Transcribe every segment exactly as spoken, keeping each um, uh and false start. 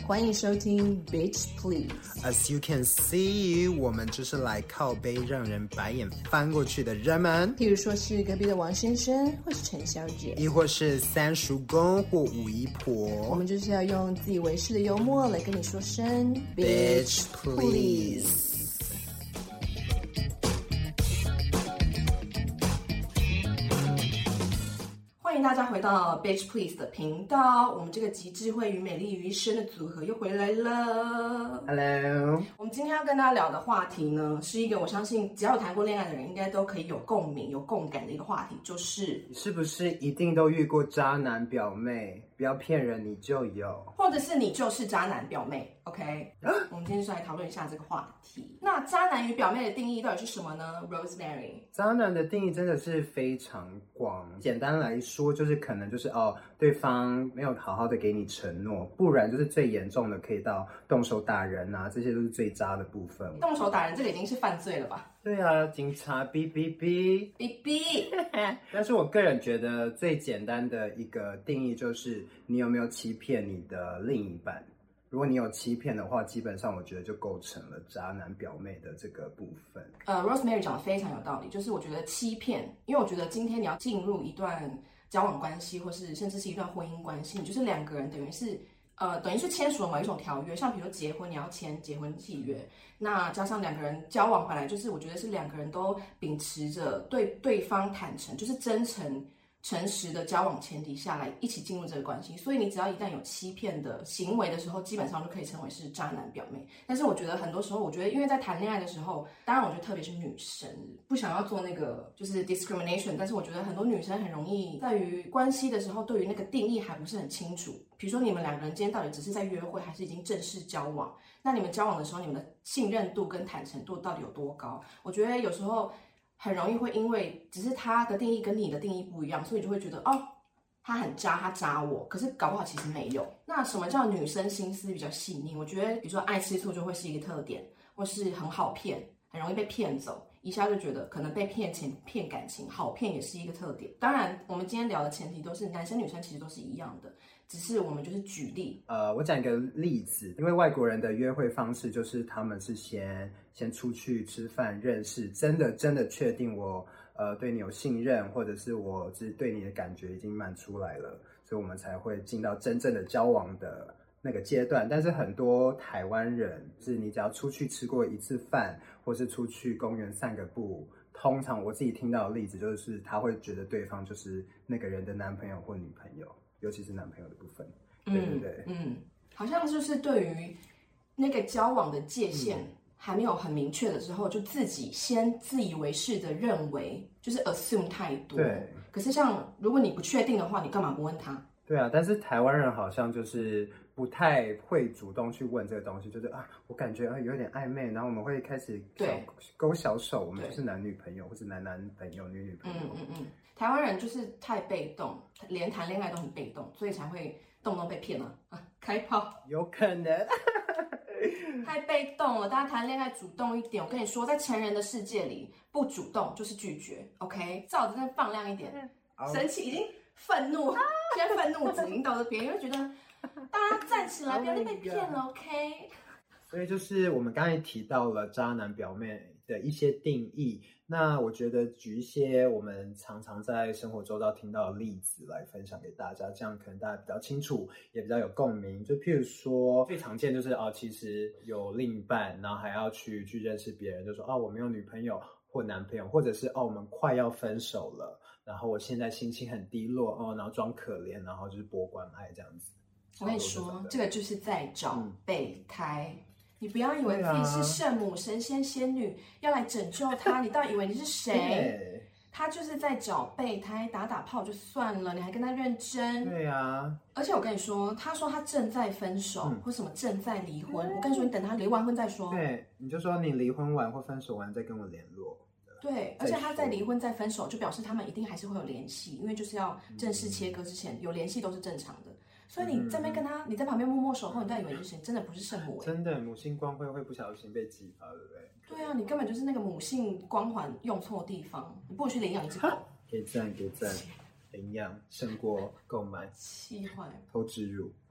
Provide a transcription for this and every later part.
欢迎收听 Bitch Please。As you can see， 我们就是来靠背让人白眼翻过去的人们， 譬如说是隔壁的王先生，或是陈小姐， 亦或是三叔公或五姨婆， 我们就是要用自以为是的幽默来跟你说声 Bitch Please。 欢迎大家回到 Bitch Please 的频道，我们这个集智慧与美丽于一身的组合又回来了。 Hello， 我们今天要跟大家聊的话题呢，是一个我相信只要有谈过恋爱的人，应该都可以有共鸣、有共感的一个话题，就是你是不是一定都遇过渣男表妹？不要骗人，你就有， 或者是你就是渣男表妹。OK，、啊、我们今天就来讨论一下这个话题。那渣男与表妹的定义到底是什么呢 ？Rosemary， 渣男的定义真的是非常广。简单来说，就是可能就是哦，对方没有好好的给你承诺，不然就是最严重的可以到动手打人啊，这些都是最渣的部分。 动手打人这个已经是犯罪了吧？ 对啊，警察哔哔哔哔哔。 但是我个人觉得最简单的一个定义就是你有没有欺骗你的另一半。如果你有欺骗的话，基本上我觉得就构成了渣男表妹的这个部分。 呃 ，Rosemary 讲的非常有道理，就是我觉得欺骗，因为我觉得今天你要进入一段交往关系，或是甚至是一段婚姻关系，你就是两个人等于是呃等于是签署了某一种条约，像比如说结婚你要签结婚契约，那加上两个人交往本来就是我觉得是两个人都秉持着对对方坦诚，就是真诚。诚实的交往前提下来一起进入这个关系，所以你只要一旦有欺骗的行为的时候，基本上就可以称为是渣男表妹。但是我觉得很多时候，我觉得因为在谈恋爱的时候，当然我觉得特别是女生不想要做那个就是 discrimination， 但是我觉得很多女生很容易在于关系的时候，对于那个定义还不是很清楚。比如说你们两个人今天到底只是在约会，还是已经正式交往？那你们交往的时候，你们的信任度跟坦诚度到底有多高？我觉得有时候很容易会因为只是他的定义跟你的定义不一样，所以就会觉得哦，他很渣，他渣我。可是搞不好其实没有。那什么叫女生心思比较细腻？我觉得比如说爱吃醋就会是一个特点，或是很好骗，很容易被骗走，一下就觉得可能被骗钱、骗感情，好骗也是一个特点。当然，我们今天聊的前提都是男生女生其实都是一样的。只是我们就是举例， 呃，我讲一个例子，因为外国人的约会方式就是他们是先先出去吃饭认识，真的真的确定我呃对你有信任，或者是我是对你的感觉已经满出来了，所以我们才会进到真正的交往的那个阶段。但是很多台湾人是你只要出去吃过一次饭，或是出去公园散个步，通常我自己听到的例子就是他会觉得对方就是那个人的男朋友或女朋友。尤其是男朋友的部分，对对对， 嗯，好像就是对于那个交往的界限还没有很明确的时候，就自己先自以为是的认为，就是 assume 太多。对。可是像如果你不确定的话，你干嘛不问他？ 对啊，但是台湾人好像就是不太会主动去问这个东西，就是啊，我感觉啊有点暧昧，然后我们会开始勾小手，我们就是男女朋友，或是男男朋友、女女朋友。 嗯嗯嗯，台湾人就是太被动，连谈恋爱都很被动，所以才会动不动被骗了啊，开炮。 有可能。 太被动了，大家谈恋爱主动一点。我跟你说，在成人的世界里，不主动就是拒绝。OK， 罩子再放亮一点，生气已经。愤怒，现在愤怒值已经到这边，因为觉得大家站起来，不要再被骗了 ，OK？ 所以就是我们刚才提到了渣男表妹的一些定义，那我觉得举一些我们常常在生活周遭听到的例子来分享给大家，这样可能大家比较清楚，也比较有共鸣。就譬如说，最常见就是哦，其实有另一半，然后还要去去认识别人，就说哦，我没有女朋友或男朋友，或者是哦，我们快要分手了。然后我现在心情很低落哦，然后装可怜，然后就是博关爱这样子。 我跟你说，这个就是在找备胎。嗯、你不要以为自己是圣母、神仙、仙女要来拯救他，你倒以为你是谁？他就是在找备胎，打打炮就算了，你还跟他认真？ 对啊。 而且我跟你说，他说他正在分手，嗯、或什么正在离婚。我跟你说，你等他离完婚再说。 对，你就说你离婚完或分手完再跟我联络。 对，而且他在离婚再分手，就表示他们一定还是会有联系，因为就是要正式切割之前、嗯、有联系都是正常的。所以你在那边跟他，嗯、你在旁边默默守候，你到底以为你是谁？真的不是圣母、欸、 真的母性光辉会不小心被激发，对不对？ 对啊，你根本就是那个母性光环用错地方，你不如去领养一只狗。 给赞给赞，领养胜过购买， 气坏， 偷植入。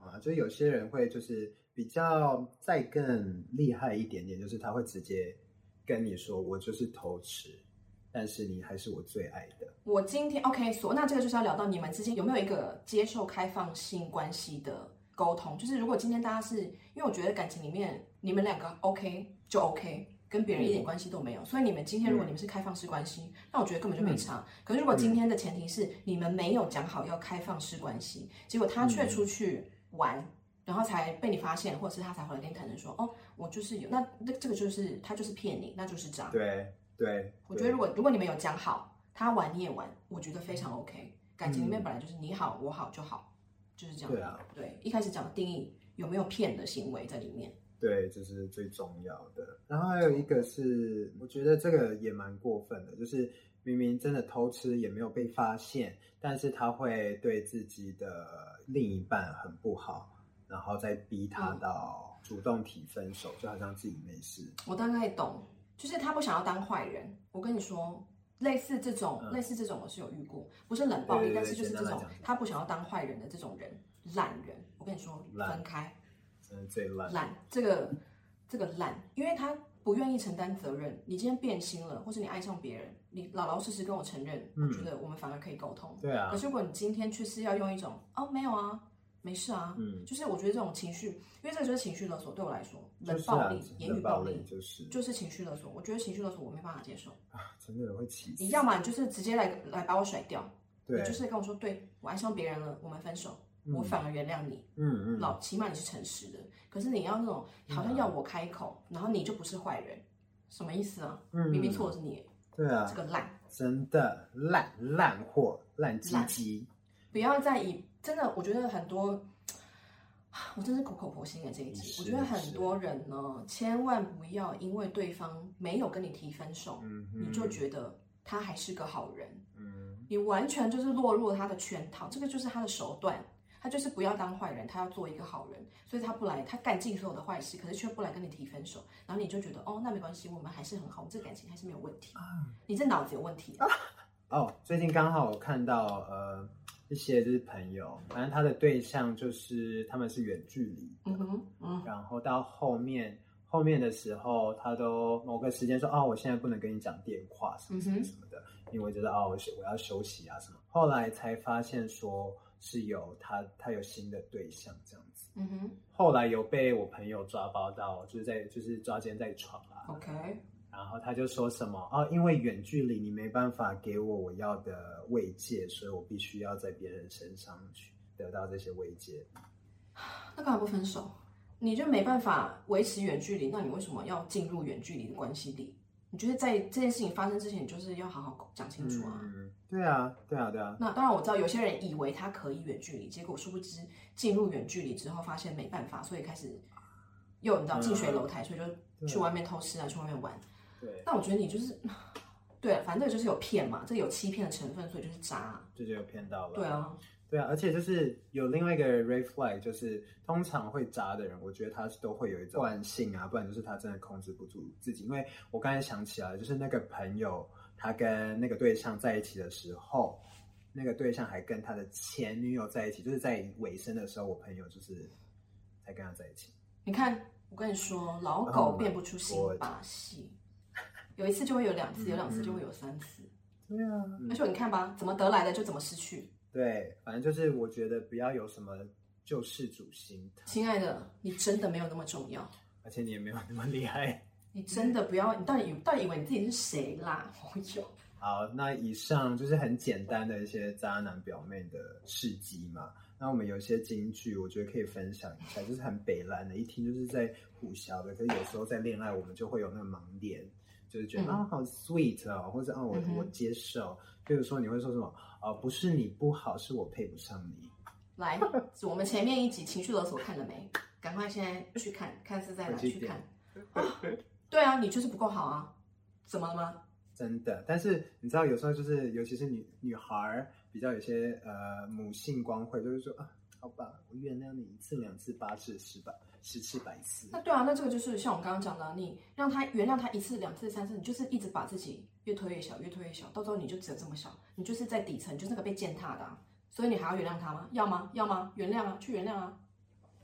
啊，就有些人会就是比较再更厉害一点点，就是他会直接跟你说我就是偷吃，但是你还是我最爱的。 我今天 OK，所那这个就是要聊到你们之间有没有一个接受开放性关系的沟通，就是如果今天大家是因为我觉得感情里面你们两个 OK 就 OK。跟别人一点关系都没有，所以你们今天如果你们是开放式关系，那我觉得根本就没差。嗯、可是如果今天的前提是你们没有讲好要开放式关系，结果他却出去玩，嗯、然后才被你发现，或者是他才回来跟你坦诚说，哦，我就是有，那这个就是他就是骗你，那就是渣。 对对， 我觉得如果如果你们有讲好，他玩你也玩，我觉得非常 OK。感情里面本来就是你好我好就好，就是这样。 对啊， 对，一开始讲的定义有没有骗的行为在里面。 对，这是最重要的。然后还有一个是，我觉得这个也蛮过分的，就是明明真的偷吃也没有被发现，但是他会对自己的另一半很不好，然后再逼他到主动提分手，嗯、就好像自己没事。 我大概懂，就是他不想要当坏人。我跟你说，类似这种，嗯、类似这种我是有遇过，不是冷暴力，但是就是这种他不想要当坏人的这种人，烂人。我跟你说，分开。 真的最烂， 烂这个这个烂，因为他不愿意承担责任。你今天变心了，或是你爱上别人，你老老实实跟我承认，嗯、我觉得我们反而可以沟通。 对啊。 可是如果你今天却是要用一种哦没有啊，没事啊，嗯，就是我觉得这种情绪，因为这个就是情绪勒索，对我来说，冷暴力、啊、言语暴力就是就是情绪勒索。我觉得情绪勒索我没办法接受啊，真的会气死。 你要么你就是直接来来把我甩掉， 对， 你就是跟我说，对我爱上别人了，我们分手。我反而原谅你， 嗯嗯， 老起码你是诚实的。可是你要那种好像要我开口，嗯、然后你就不是坏人，什么意思啊？嗯、明明错的是你， 对啊， 这个烂， 真的烂烂货，烂鸡鸡。 不要再以真的，我觉得很多，我真是苦口婆心的这一集。我觉得很多人呢，千万不要因为对方没有跟你提分手，嗯、你就觉得他还是个好人。嗯，你完全就是落入他的圈套，这个就是他的手段。他就是不要当坏人，他要做一个好人，所以他不来，他干尽所有的坏事，可是却不来跟你提分手，然后你就觉得哦，那没关系，我们还是很好，我们这个感情还是没有问题。啊、你这脑子有问题、啊。 哦，最近刚好我看到呃一些就是朋友，反正他的对象就是他们是远距离，嗯哼，嗯，然后到后面后面的时候，他都某个时间说哦，我现在不能跟你讲电话什么什么什么的，嗯、因为觉得哦，我我要休息啊什么，后来才发现说。是有他，他有新的对象这样子。嗯哼。后来有被我朋友抓包到，就是在就是抓奸在床啊。 OK。 然后他就说什么哦，因为远距离你没办法给我我要的慰藉，所以我必须要在别人身上去得到这些慰藉。 那干嘛不分手？你就没办法维持远距离，那你为什么要进入远距离的关系里？你觉得在这件事情发生之前，你就是要好好讲清楚啊。 嗯，对啊，对啊，对啊。 那当然我知道有些人以为他可以远距离，结果殊不知进入远距离之后发现没办法，所以开始又你知道近水楼台，所以就去外面偷吃啊，去外面玩。 对。 那我觉得你就是，对，反正这个就是有骗嘛，这个有欺骗的成分，所以就是渣。 这就有骗到了。 对啊。 对啊，而且就是有另外一个 red flag， 就是通常会渣的人，我觉得他都会有一种惯性啊，不然就是他真的控制不住自己。因为我刚才想起来，就是那个朋友他跟那个对象在一起的时候，那个对象还跟他的前女友在一起，就是在尾声的时候，我朋友就是才跟他在一起。 你看，我跟你说，老狗变不出新把戏，有一次就会有两次，有两次就会有三次。 对啊， 而且你看吧，怎么得来的就怎么失去。 对，反正就是我觉得不要有什么救世主心态。 亲爱的，你真的没有那么重要， 而且你也没有那么厉害。 你真的不要，你到底到底以为你自己是谁啦？我有。 好，那以上就是很简单的一些渣男表妹的事迹嘛。那我们有一些金句，我觉得可以分享一下，就是很北蓝的，一听就是在胡淆的。可是有时候在恋爱，我们就会有那个盲点。就是觉得啊、嗯哦、好 sweet 哦，或者啊、哦、我、嗯、我接受，比如说你会说什么啊、呃、不是你不好，是我配不上你。 来，我们前面一集情绪勒索看了没？赶快现在去看看是在哪去看啊？对啊，你就是不够好啊，怎么了吗？ 真的，但是你知道有时候就是尤其是女女孩比较有些呃母性光辉，就是说啊好吧，我原谅你一次两次八次十百十次百次。 那对啊，那这个就是像我刚刚讲的，你让他原谅他一次两次三次，你就是一直把自己越推越小，越推越小，到最后你就只有这么小，你就是在底层，就是那个被践踏的、啊，所以你还要原谅他吗？要吗？要吗？原谅啊，去原谅啊。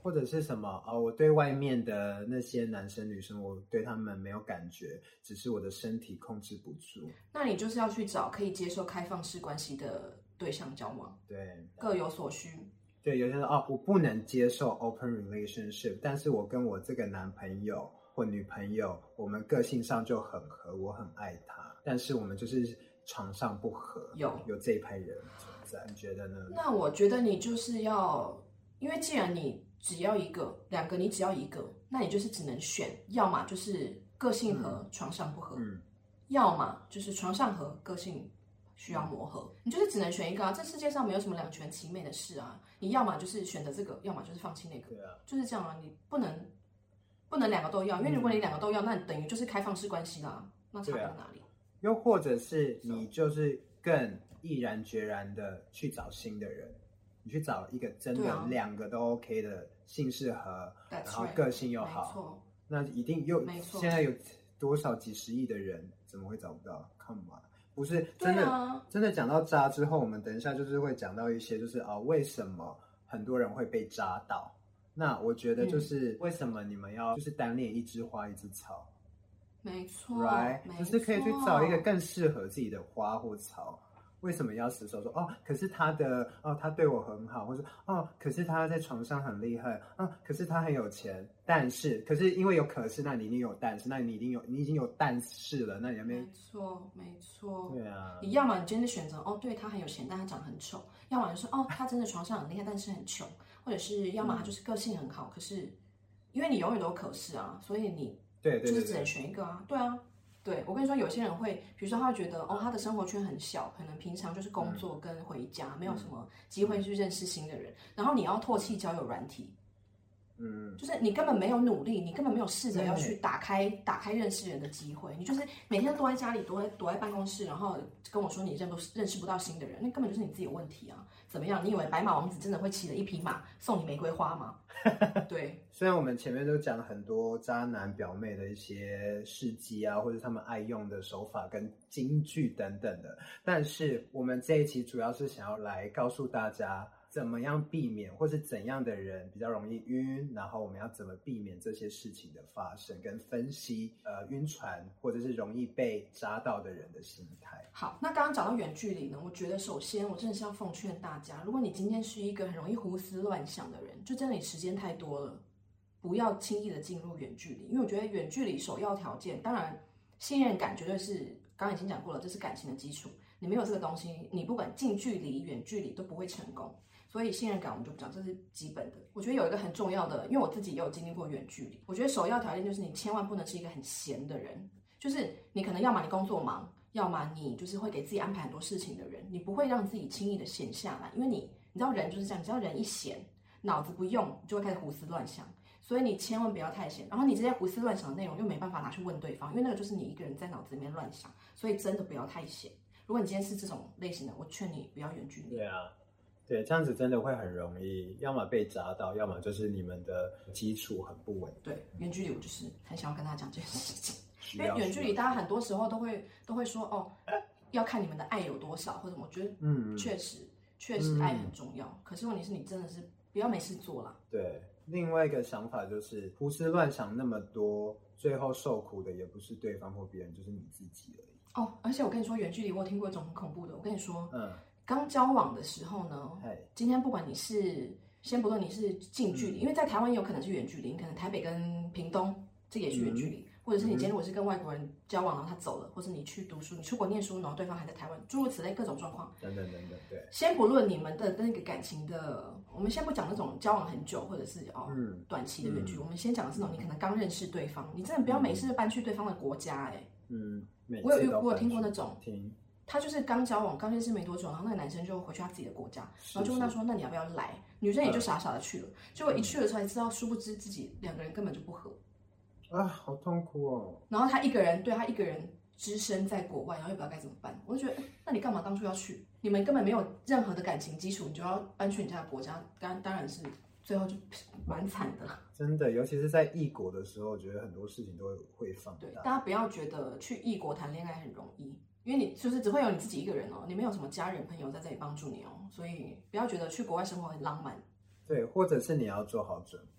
或者是什么啊、哦？我对外面的那些男生女生，我对他们没有感觉，只是我的身体控制不住。 那你就是要去找可以接受开放式关系的对象交往， 对， 各有所需。 对，有些人哦，我不能接受 open relationship， 但是我跟我这个男朋友或女朋友，我们个性上就很合，我很爱他，但是我们就是床上不合。 有有这一派人存在，你觉得呢？ 那我觉得你就是要，因为既然你只要一个，两个你只要一个，那你就是只能选，要么就是个性合，嗯、床上不合，嗯，要么就是床上合，个性需要磨合，你就是只能选一个啊！这世界上没有什么两全其美的事啊！你要么就是选择这个，要么就是放弃那个， 对啊， 就是这样啊！你不能不能两个都要，因为如果你两个都要，那你等于就是开放式关系啦，那差在哪里？ 又或者是你就是更毅然决然的去找新的人，你去找一个真的两个都 OK 的，性适合，然后个性又好，那一定又现在有多少几十亿的人，怎么会找不到 ？Come on！不是真的，啊、真的讲到渣之后，我们等一下就是会讲到一些，就是哦，为什么很多人会被渣到？那我觉得就是、嗯、为什么你们要就是单恋一枝花一枝草？ 没错 ，right， 就是可以去找一个更适合自己的花或草。为什么要死守说哦？可是他的哦，他对我很好，或者哦，可是他在床上很厉害啊、哦，可是他很有钱。但是，可是因为有可是，那你一定有但是，那你一定有，你已经有但是了，那你要没？ 没错，没错。 对啊。 你要么你今天选择哦，对他很有钱，但他长得很丑；要么就是哦，他真的床上很厉害，但是很穷；或者是要么他就是个性很好，嗯、可是因为你永远都有可是啊，所以你对对就是只能选一个啊，对啊。对，我跟你说，有些人会，比如说他会觉得，哦，他的生活圈很小，可能平常就是工作跟回家，嗯、没有什么机会去认识新的人。然后你要唾弃交友软体，嗯，就是你根本没有努力，你根本没有试着要去打开打开认识人的机会，你就是每天躲在家里，躲在躲在办公室，然后跟我说你认不认识不到新的人，那根本就是你自己有问题啊！怎么样？你以为白马王子真的会骑着一匹马送你玫瑰花吗？对， 虽然我们前面都讲了很多渣男表妹的一些事迹啊，或者他们爱用的手法跟金句等等的，但是我们这一期主要是想要来告诉大家怎么样避免，或是怎样的人比较容易晕，然后我们要怎么避免这些事情的发生，跟分析呃晕船或者是容易被渣到的人的心态。 好，那刚刚讲到远距离呢，我觉得首先我真的是要奉劝大家，如果你今天是一个很容易胡思乱想的人，就真的你时间太多了，不要轻易的进入远距离，因为我觉得远距离首要条件，当然信任感绝对是刚刚已经讲过了，这是感情的基础，你没有这个东西，你不管近距离远距离都不会成功。所以信任感我们就不讲，这是基本的。我觉得有一个很重要的，因为我自己也有经历过远距离，我觉得首要条件就是你千万不能是一个很闲的人，就是你可能要么你工作忙，要么你就是会给自己安排很多事情的人，你不会让自己轻易的闲下来，因为你你知道人就是这样，你知道人一闲，脑子不用就会开始胡思乱想，所以你千万不要太闲。然后你这些胡思乱想的内容又没办法拿去问对方，因为那个就是你一个人在脑子里面乱想，所以真的不要太闲。如果你今天是这种类型的，我劝你不要远距离。 对啊。对，这样子真的会很容易，要么被砸到，要么就是你们的基础很不稳。 对，远距离我就是很想要跟他讲这件事情，因为远距离大家很多时候都会都会说哦，要看你们的爱有多少或者什么，我觉得嗯，确实确实爱很重要，嗯、可是问题是你真的是不要没事做啦。 对，另外一个想法就是胡思乱想那么多，最后受苦的也不是对方或别人，就是你自己而已。 哦，而且我跟你说，远距离我听过一种很恐怖的，我跟你说，嗯。刚交往的时候呢，今天不管你是先不论你是近距离，嗯、因为在台湾也有可能是远距离，你可能台北跟屏东这也是远距离，嗯、或者是你今天如果是跟外国人交往，然后他走了，或是你去读书，你出国念书，然后对方还在台湾，诸如此类各种状况， 等等等等，对。 先不论你们的那个感情的，我们先不讲那种交往很久或者是哦、嗯、短期的远距离，嗯、我们先讲的是那种你可能刚认识对方，你真的不要每次就搬去对方的国家哎、欸。嗯，我有遇我有听过那种。 听他就是刚交往、刚认识没多久，然后那个男生就回去他自己的国家，然后就问他说：“那你要不要来？”女生也就傻傻的去了。结果一去了才知道，殊不知自己两个人根本就不合啊，好痛苦哦。 然后他一个人，对他一个人只身在国外，然后又不知道该怎么办。我就觉得，那你干嘛当初要去？你们根本没有任何的感情基础，你就要搬去你家的国家，当当然是最后就蛮惨的。 真的，尤其是在异国的时候，我觉得很多事情都会放大。 对，大家不要觉得去异国谈恋爱很容易。因为你就是只会有你自己一个人哦，你没有什么家人朋友在这里帮助你哦，所以不要觉得去国外生活很浪漫。 对，或者是你要做好准备。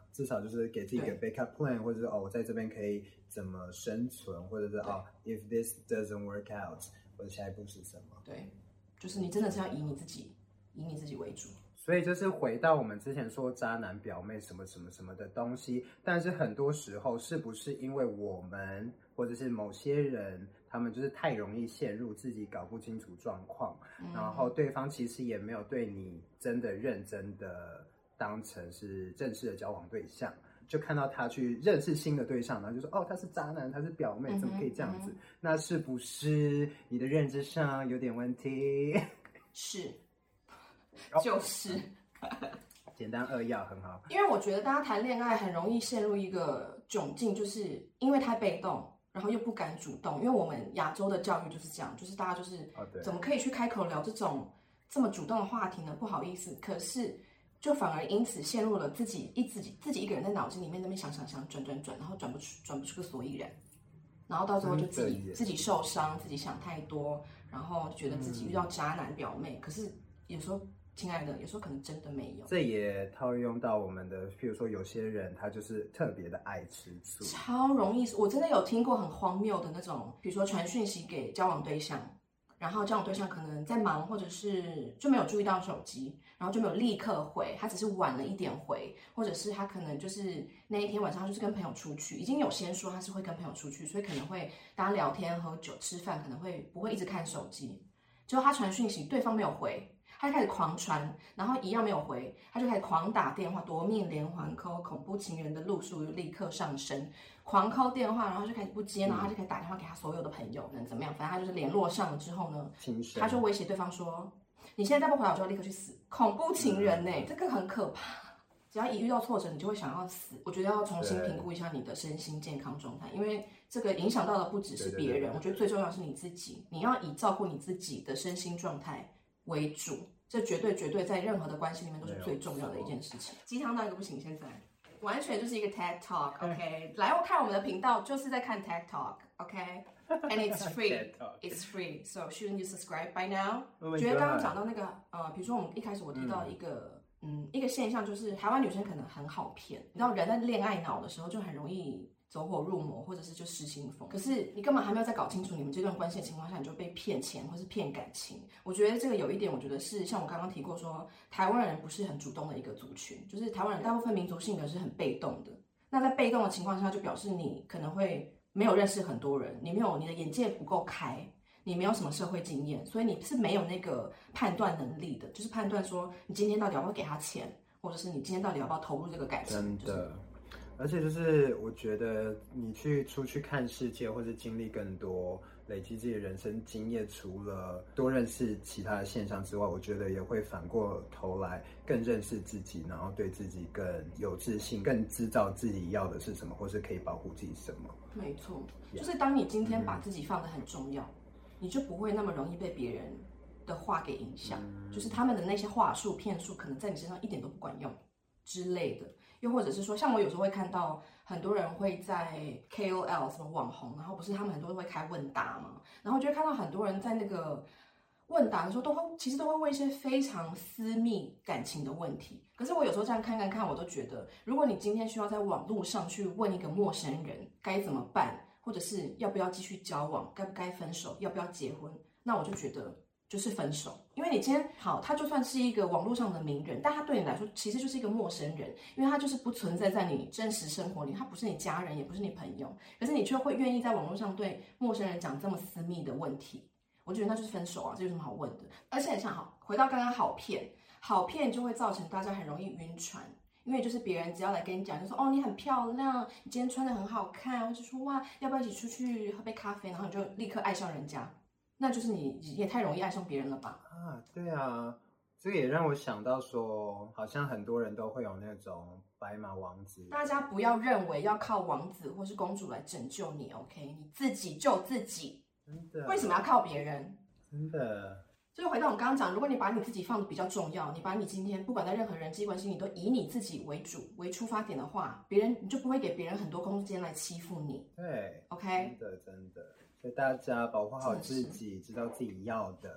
至少就是给自己一个 backup plan， 或者是哦，我在这边可以怎么生存，或者是哦 ，if this doesn't work out， 我的下一步是什么？ 对，就是你真的是要以你自己，以你自己为主。 所以就是回到我们之前说渣男表妹什么什么什么的东西，但是很多时候是不是因为我们或者是某些人，他们就是太容易陷入自己搞不清楚状况，嗯、然后对方其实也没有对你真的认真的当成是正式的交往对象，就看到他去认识新的对象，然后就说哦他是渣男，他是表妹，怎么可以这样子？嗯、那是不是你的认知上有点问题？ 是。就是， 简单扼要很好。 因为我觉得大家谈恋爱很容易陷入一个窘境，就是因为太被动，然后又不敢主动。因为我们亚洲的教育就是这样，就是大家就是怎么可以去开口聊这种这么主动的话题呢？不好意思，可是就反而因此陷入了自己一自己自己一个人在脑筋里面那边想想想转转转，然后转不出转不出个所以然，然后到最后就自己自己受伤，自己想太多，然后觉得自己遇到渣男表妹，嗯、可是有时候。亲爱的，有时候可能真的没有。 这也套用到我们的，譬如说有些人他就是特别的爱吃醋， 超容易。我真的有听过很荒谬的那种，比如说传讯息给交往对象，然后交往对象可能在忙，或者是就没有注意到手机，然后就没有立刻回，他只是晚了一点回，或者是他可能就是那一天晚上就是跟朋友出去，已经有先说他是会跟朋友出去，所以可能会大家聊天、喝酒、吃饭，可能会不会一直看手机，结果他传讯息，对方没有回。他就开始狂传，然后一样没有回，他就开始狂打电话，夺命连环 call， 恐怖情人的路数就立刻上升，狂 call 电话，然后就开始不接，然后他就开始打电话给他所有的朋友，能怎么样？反正他就是联络上了之后呢，他就威胁对方说：“你现在再不回来，我就要立刻去死。”恐怖情人呢、欸，这个很可怕。只要一遇到挫折，你就会想要死。我觉得要重新评估一下你的身心健康状态，因为这个影响到的不只是别人，对对对对，我觉得最重要的是你自己，你要以照顾你自己的身心状态为主，这绝对绝对在任何的关系里面都是最重要的一件事情。鸡汤到一个不行，现在完全就是一个 TED Talk，OK？、Okay? 来我看我们的频道就是在看 TED Talk，OK？And、okay? it's free， it's free， so shouldn't you subscribe by now？、Oh、觉得刚刚讲到那个呃，比如说我们一开始我提到一个嗯, 嗯一个现象，就是台湾女生可能很好骗，你知道人在恋爱脑的时候就很容易走火入魔，或者是就失心疯。可是你根本还没有在搞清楚你们这段关系的情况下，你就被骗钱或是骗感情。我觉得这个有一点，我觉得是像我刚刚提过说，台湾人不是很主动的一个族群，就是台湾人大部分民族性格是很被动的。那在被动的情况下，就表示你可能会没有认识很多人，你没有你的眼界不够开，你没有什么社会经验，所以你是没有那个判断能力的，就是判断说你今天到底要不要给他钱，或者是你今天到底要不要投入这个感情。 真的。 就是而且就是我觉得你去出去看世界，或是经历更多，累积自己的人生经验，除了多认识其他的现象之外，我觉得也会反过头来更认识自己，然后对自己更有自信，更知道自己要的是什么，或是可以保护自己什么。 没错，就是当你今天把自己放得很重要，嗯、你就不会那么容易被别人的话给影响，嗯、就是他们的那些话术骗术，可能在你身上一点都不管用之类的。又或者是说，像我有时候会看到很多人会在 K O L 什么网红，然后不是他们很多都会开问答嘛，然后就会看到很多人在那个问答的时候，都会其实都会问一些非常私密感情的问题。可是我有时候这样看看看，我都觉得，如果你今天需要在网络上去问一个陌生人该怎么办，或者是要不要继续交往，该不该分手，要不要结婚，那我就觉得就是分手。因为你今天好，他就算是一个网络上的名人，但他对你来说其实就是一个陌生人，因为他就是不存在在你真实生活里，他不是你家人，也不是你朋友，可是你却会愿意在网络上对陌生人讲这么私密的问题，我觉得那就是分手啊，这有什么好问的？而且像好，回到刚刚好骗，好骗就会造成大家很容易晕船。因为就是别人只要来跟你讲，就说哦你很漂亮，你今天穿得很好看，或者说哇要不要一起出去喝杯咖啡，然后你就立刻爱上人家。那就是你也太容易爱上别人了吧？ 啊，对啊，这个也让我想到说，好像很多人都会有那种白马王子。 大家不要认为要靠王子或是公主来拯救你 ，OK？ 你自己救自己， 真的。 为什么要靠别人？ 真的。 就是回到我们刚刚讲，如果你把你自己放得比较重要，你把你今天不管在任何人际关系，你都以你自己为主为出发点的话，别人你就不会给别人很多空间来欺负你。 对 ，OK？ 真的真的。所以大家保护好自己，知道自己要的，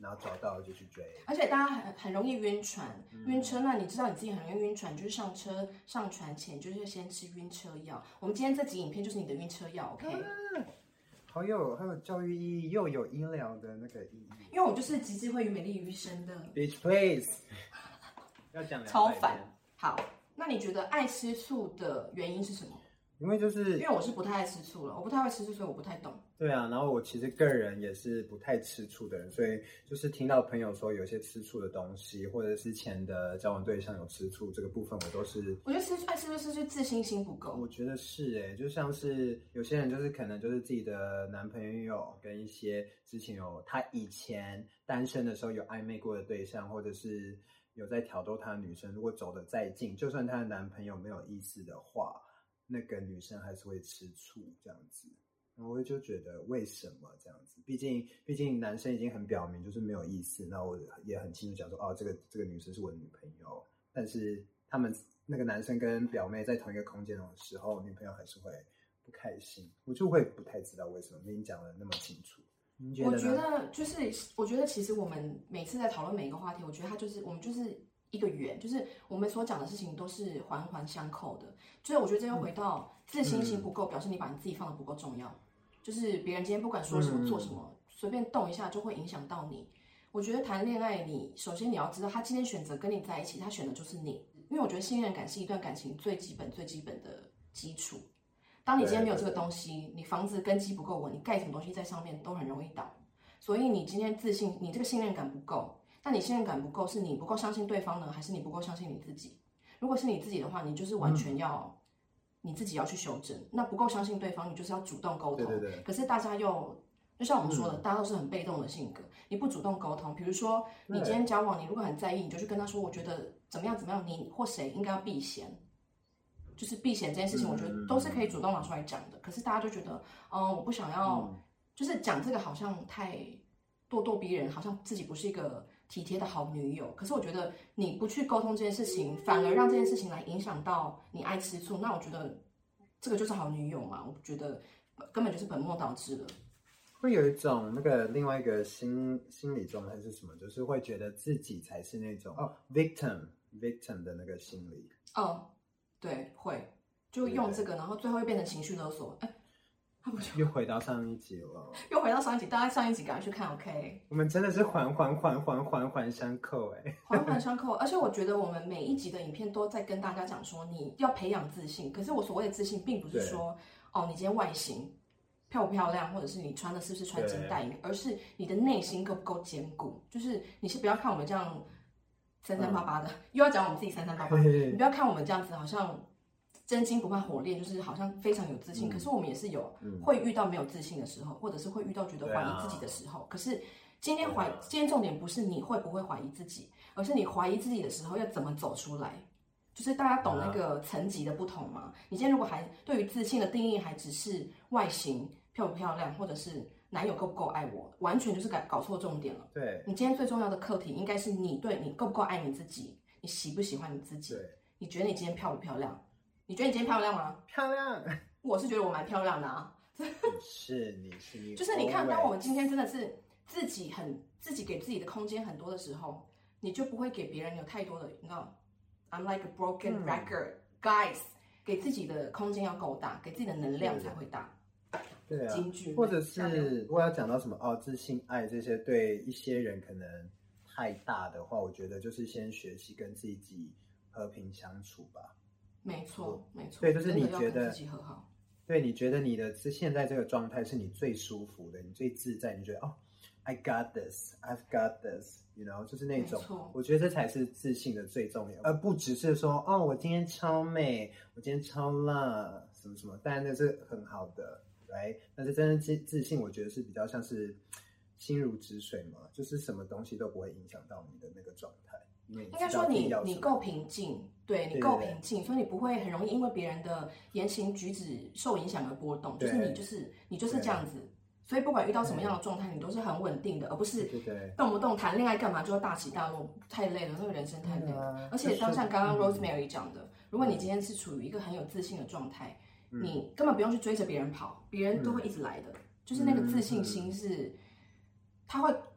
然后找到了就去追。 而且大家很很容易晕船，嗯、晕车。那你知道你自己很容易晕船，就是上车上船前就是先吃晕车药。我们今天这集影片就是你的晕车药 ，OK？、啊、 好有好有教育意义，又有医疗的那个意义。 因为我就是极致会与美丽余生的 Bitch please， 要讲超烦。好，那你觉得爱吃醋的原因是什么？ 因为就是因为我是不太爱吃醋了，我不太会吃醋，所以我不太懂。 对啊，然后我其实个人也是不太吃醋的人，所以就是听到朋友说有些吃醋的东西，或者之前的交往对象有吃醋这个部分，我都是我觉得吃爱吃醋是就自信心不够。 我觉得是哎、欸，就像是有些人就是可能就是自己的男朋友跟一些之前有他以前单身的时候有暧昧过的对象，或者是有在挑逗他的女生，如果走得再近，就算她的男朋友没有意思的话，那个女生还是会吃醋这样子。我就觉得为什么这样子？毕竟毕竟男生已经很表明就是没有意思，那我也很清楚讲说，哦，这个这个女生是我的女朋友。但是他们那个男生跟表妹在同一个空间的时候，女朋友还是会不开心，我就会不太知道为什么。明明讲的那么清楚，你觉得呢？ 我觉得就是，我觉得其实我们每次在讨论每一个话题，我觉得它就是我们就是一个圆，就是我们所讲的事情都是环环相扣的。所以我觉得这又回到自信心不够，嗯、表示你把你自己放得不够重要。就是别人今天不管说什么、嗯、做什么，随便动一下就会影响到你。我觉得谈恋爱你，你首先你要知道，他今天选择跟你在一起，他选的就是你。因为我觉得信任感是一段感情最基本、最基本的基础。当你今天没有这个东西，你房子根基不够稳，你盖什么东西在上面都很容易倒。所以你今天自信，你这个信任感不够。那你信任感不够，是你不够相信对方呢，还是你不够相信你自己？如果是你自己的话，你就是完全要。嗯你自己要去修正，那不够相信对方，你就是要主动沟通。 对对对。 可是大家又，就像我们说的，嗯、大家都是很被动的性格，你不主动沟通，比如说你今天交往，你如果很在意，你就去跟他说，我觉得怎么样怎么样，你或谁应该要避嫌，就是避嫌这件事情，我觉得都是可以主动拿出来讲的。嗯、可是大家就觉得，嗯，我不想要，嗯、就是讲这个好像太咄咄逼人，好像自己不是一个体贴的好女友。可是我觉得你不去沟通这件事情，反而让这件事情来影响到你爱吃醋，那我觉得这个就是好女友嘛？我觉得根本就是本末倒置了。 会有一种那个另外一个心心理状态是什么？就是会觉得自己才是那种哦 victim victim 的那个心理。 哦，对，会就用这个，然后最后会变成情绪勒索。哎。 又回到上一集了， 又回到上一集，大家上一集赶快去看 ，OK？ 我们真的是环环环环环环相扣哎、欸， 环环相扣。而且我觉得我们每一集的影片都在跟大家讲说，你要培养自信。可是我所谓的自信，并不是说哦，你今天外形漂不漂亮，或者是你穿的是不是穿金戴银，而是你的内心够不够坚固。就是你是不要看我们这样三三八八的，嗯、又要讲我们自己三三八八，你不要看我们这样子，好像。真金不怕火炼，就是好像非常有自信，嗯、可是我们也是有会遇到没有自信的时候，嗯、或者是会遇到觉得怀疑自己的时候。啊、可是今天怀，今天重点不是你会不会怀疑自己，而是你怀疑自己的时候要怎么走出来。就是大家懂那个层级的不同吗？啊、你今天如果还对于自信的定义还只是外形漂不漂亮，或者是男友够不够爱我，完全就是搞搞错重点了。 对， 你今天最重要的课题应该是你对你够不够爱你自己，你喜不喜欢你自己？ 对， 你觉得你今天漂不漂亮？你觉得你今天漂亮吗？ 漂亮， 我是觉得我蛮漂亮的啊。 是你是你， 就是你看，当我们今天真的是自己很自己给自己的空间很多的时候，你就不会给别人有太多的，你知道 ，I'm like a broken record,、嗯、guys， 给自己的空间要够大，给自己的能量才会大。 对啊， 金句， 或者是如果要讲到什么哦，自信、爱这些，对一些人可能太大的话，我觉得就是先学习跟自己和平相处吧。 没错，没错。 对，就是你觉得自己和好。 对，你觉得你的现在这个状态是你最舒服的，你最自在，你觉得哦 ，I got this, I've got this, you know， 就是那种，我觉得这才是自信的最重要，而不只是说哦，我今天超美，我今天超辣，什么什么，当然那是很好的，right？ 但是真正自自信，我觉得是比较像是心如止水嘛，就是什么东西都不会影响到你的那个状态。 应该说你你够平静，对你够平静，所以你不会很容易因为别人的言行举止受影响而波动。就是你就是你就是这样子，所以不管遇到什么样的状态，你都是很稳定的，而不是动不动谈恋爱干嘛就要大起大落，太累了，那个人生太累了。而且当像刚刚 Rosemary 讲的，如果你今天是处于一个很有自信的状态，你根本不用去追着别人跑，别人都会一直来的。就是那个自信心是，他会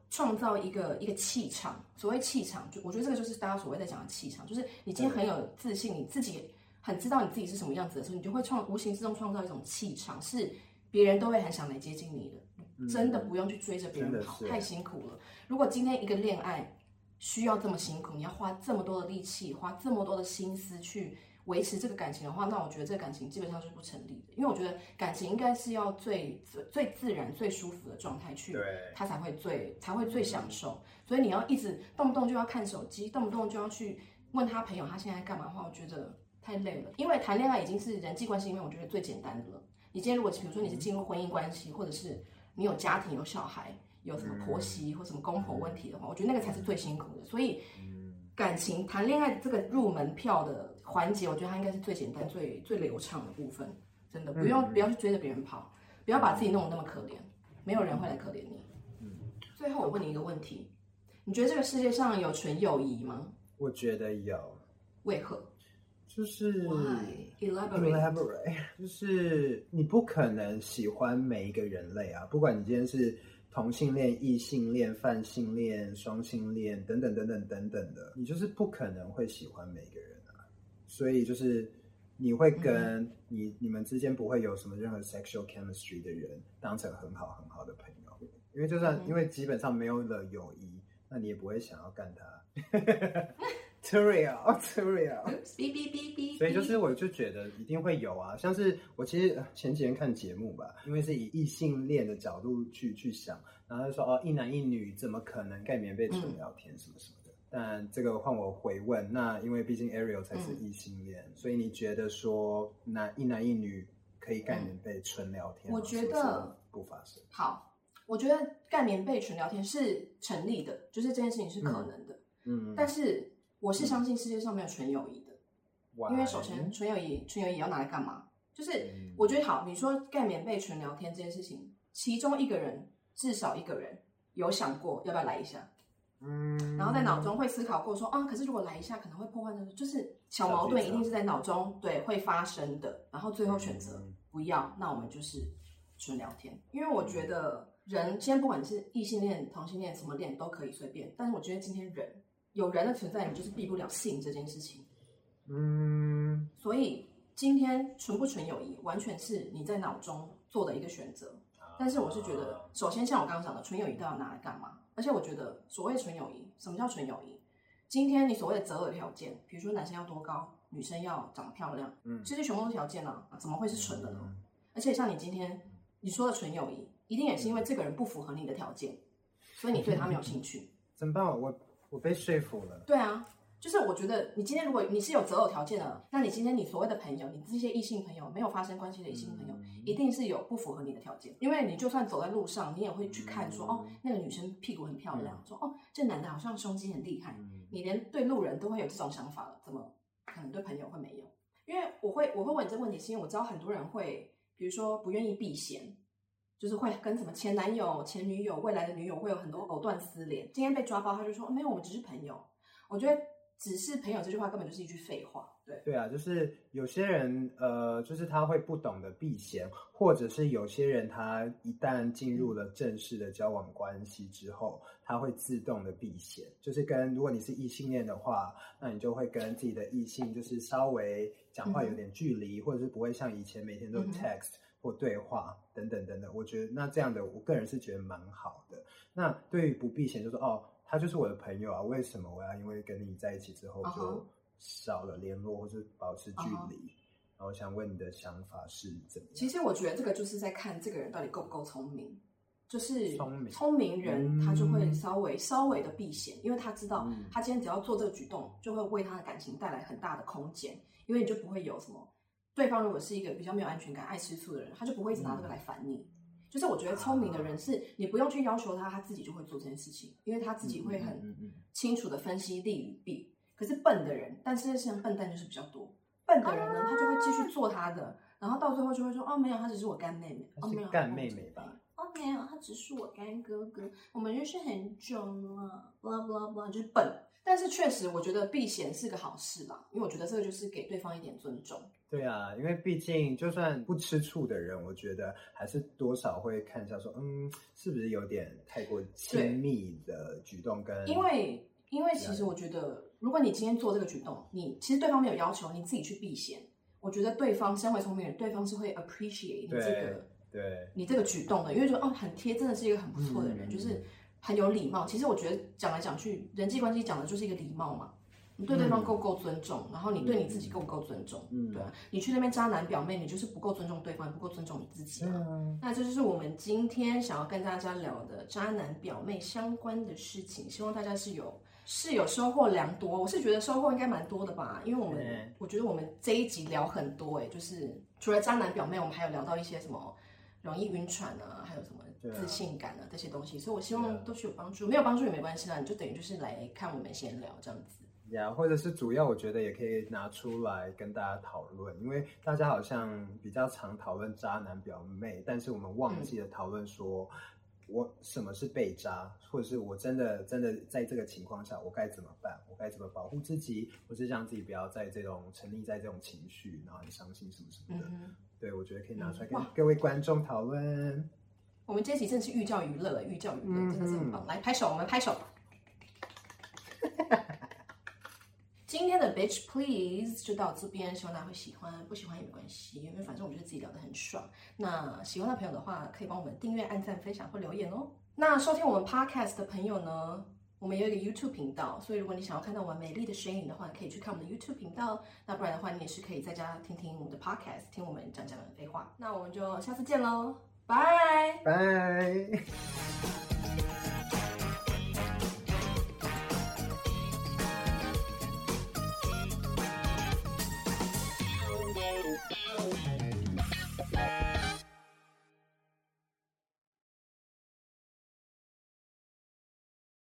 创造一个一个气场。所谓气场，就我觉得这个就是大家所谓在讲的气场，就是你今天很有自信，你自己很知道你自己是什么样子的时候，你就会创无形之中创造一种气场，是别人都会很想来接近你的。嗯、真的不用去追着别人跑，太辛苦了。如果今天一个恋爱需要这么辛苦，你要花这么多的力气，花这么多的心思去维持这个感情的话，那我觉得这个感情基本上是不成立的。因为我觉得感情应该是要最最自然、最舒服的状态去，他才会最才会最享受。所以你要一直动不动就要看手机，动不动就要去问他朋友他现在干嘛的话，我觉得太累了。因为谈恋爱已经是人际关系里面我觉得最简单的了。你今天如果比如说你是进入婚姻关系，或者是你有家庭有小孩，有什么婆媳或什么公婆问题的话，我觉得那个才是最辛苦的。所以感情谈恋爱这个入门票的环节，我觉得它应该是最简单、最最流畅的部分。真的不用、嗯、不要去追着别人跑，不要把自己弄得那么可怜，没有人会来可怜你。嗯。最后我问你一个问题，你觉得这个世界上有纯友谊吗？ 我觉得有。 为何？ 就是 Why? Elaborate. Elaborate. 就是你不可能喜欢每一个人类啊，不管你今天是同性恋、异性恋、泛性恋、双性恋等等等等等等的，你就是不可能会喜欢每个人啊。所以就是你会跟你、嗯、你们之间不会有什么任何 sexual chemistry 的人当成很好很好的朋友，因为就算、嗯、因为基本上没有了友谊，那你也不会想要干他。Too real, too real. 哔哔哔哔。 所以就是我就觉得一定会有啊，像是我其实前几天看节目吧，因为是以异性恋的角度去去想，然后就说哦一男一女怎么可能盖棉被纯聊天什么什么的。嗯、但这个换我回问，那因为毕竟 Ariel 才是异性恋、嗯，所以你觉得说男一男一女可以盖棉被纯聊天、 嗯？我觉得不发生。 好，我觉得盖棉被纯聊天是成立的，就是这件事情是可能的。嗯，但是。我是相信世界上没有纯友谊的，嗯、因为首先纯友谊，纯友谊要拿来干嘛？就是我觉得好，你说盖棉被纯聊天这件事情，其中一个人至少一个人有想过要不要来一下，嗯，然后在脑中会思考过说啊，可是如果来一下可能会破坏那个，就是小矛盾一定是在脑中对会发生的，然后最后选择不要，那我们就是纯聊天，因为我觉得人先不管是异性恋、同性恋什么恋都可以随便，但是我觉得今天人。有人的存在，你就是避不了性这件事情。嗯，所以今天纯不纯友谊，完全是你在脑中做的一个选择。但是我是觉得，首先像我刚刚讲的，纯友谊都要拿来干嘛？而且我觉得，所谓纯友谊，什么叫纯友谊？今天你所谓的择偶条件，比如说男生要多高，女生要长得漂亮，嗯，这些全部都条件啊，怎么会是纯的呢？嗯、而且像你今天你说的纯友谊，一定也是因为这个人不符合你的条件，所以你对他没有兴趣。 怎么办？我。我被说服了。 对啊，就是我觉得你今天如果你是有择偶条件的，那你今天你所谓的朋友，你这些异性朋友没有发生关系的异性朋友、嗯，一定是有不符合你的条件。因为你就算走在路上，你也会去看说，嗯、哦，那个女生屁股很漂亮，嗯、说哦，这男的好像胸肌很厉害、嗯。你连对路人都会有这种想法了，怎么可能对朋友会没有？因为我会我会问你这个问题，是因为我知道很多人会，比如说不愿意避嫌。就是会跟什么前男友、前女友、未来的女友会有很多藕断丝连。今天被抓包，他就说、哦、没有，我们只是朋友。我觉得只是朋友这句话根本就是一句废话。对对啊，就是有些人呃，就是他会不懂得避嫌，或者是有些人他一旦进入了正式的交往关系之后，他会自动的避嫌。就是跟如果你是异性恋的话，那你就会跟自己的异性就是稍微讲话有点距离、嗯，或者是不会像以前每天都 text、嗯。或对话等等等等，我觉得那这样的，我个人是觉得蛮好的。那对于不避嫌，就说哦，他就是我的朋友啊，为什么我要因为跟你在一起之后就少了联络或是保持距离？ Uh-huh. 然后我想问你的想法是怎么样？ 其实我觉得这个就是在看这个人到底够不够聪明。就是聪明人，他就会稍微、嗯、稍微的避嫌，因为他知道他今天只要做这个举动，就会为他的感情带来很大的空间，因为你就不会有什么。对方如果是一个比较没有安全感、爱吃醋的人，他就不会一直拿这个来烦你。嗯、就是我觉得聪明的人是你不用去要求他，他自己就会做这件事情，因为他自己会很清楚的分析利与弊。可是笨的人，但是像笨蛋就是比较多。笨的人呢，他就会继续做他的，然后到最后就会说：“哦，没有，他只是我干妹妹。”哦，没有， 干妹妹吧？ 哦，没有，他只是我干哥哥。我们认识很久了，blah blah blah，就是笨。但是确实，我觉得避嫌是个好事啦，因为我觉得这个就是给对方一点尊重。 对啊，因为毕竟就算不吃醋的人，我觉得还是多少会看一下说，嗯，是不是有点太过亲密的举动跟。 因为因为其实我觉得，如果你今天做这个举动，你其实对方没有要求，你自己去避嫌，我觉得对方身为聪明人，对方是会 appreciate 你这个对你这个举动的，因为说哦很贴，真的是一个很不错的人，嗯、就是很有礼貌。其实我觉得讲来讲去，人际关系讲的就是一个礼貌嘛。你对对方够不够尊重、嗯，然后你对你自己够不够尊重，嗯，对啊，你去那边渣男表妹，你就是不够尊重对方，不够尊重你自己嘛、嗯。那这就是我们今天想要跟大家聊的渣男表妹相关的事情，希望大家是有是有收获良多。我是觉得收获应该蛮多的吧，因为我们、嗯、我觉得我们这一集聊很多、欸，哎，就是除了渣男表妹，我们还有聊到一些什么容易晕船啊，还有什么自信感啊这些东西，所以我希望都是有帮助，没有帮助也没关系啦，你就等于就是来看我们闲聊这样子。 呀、yeah, 或者是主要我觉得也可以拿出来跟大家讨论，因为大家好像比较常讨论渣男表妹，但是我们忘记了讨论说、嗯、我什么是被渣，或者是我真的真的在这个情况下我该怎么办，我该怎么保护自己，或是让自己不要在这种沉溺在这种情绪然后很伤心什么什么的、嗯、对，我觉得可以拿出来跟各位观众讨论、嗯、 我们这一集真的是寓教于乐了，寓教于乐真的是很棒、嗯、来拍手，我们拍手今天的 Bitch Please 就到这边，希望大家会喜欢，不喜欢也没关系，因为反正我觉得自己聊得很爽。那喜欢的朋友的话，可以帮我们订阅、按赞、分享或留言哦。那收听我们 Podcast 的朋友呢，我们有一个 YouTube 频道，所以如果你想要看到我们美丽的身影的话，可以去看我们的 YouTube 频道。那不然的话，你也是可以在家听听我们的 Podcast， 听我们讲讲废话。那我们就下次见喽，拜拜。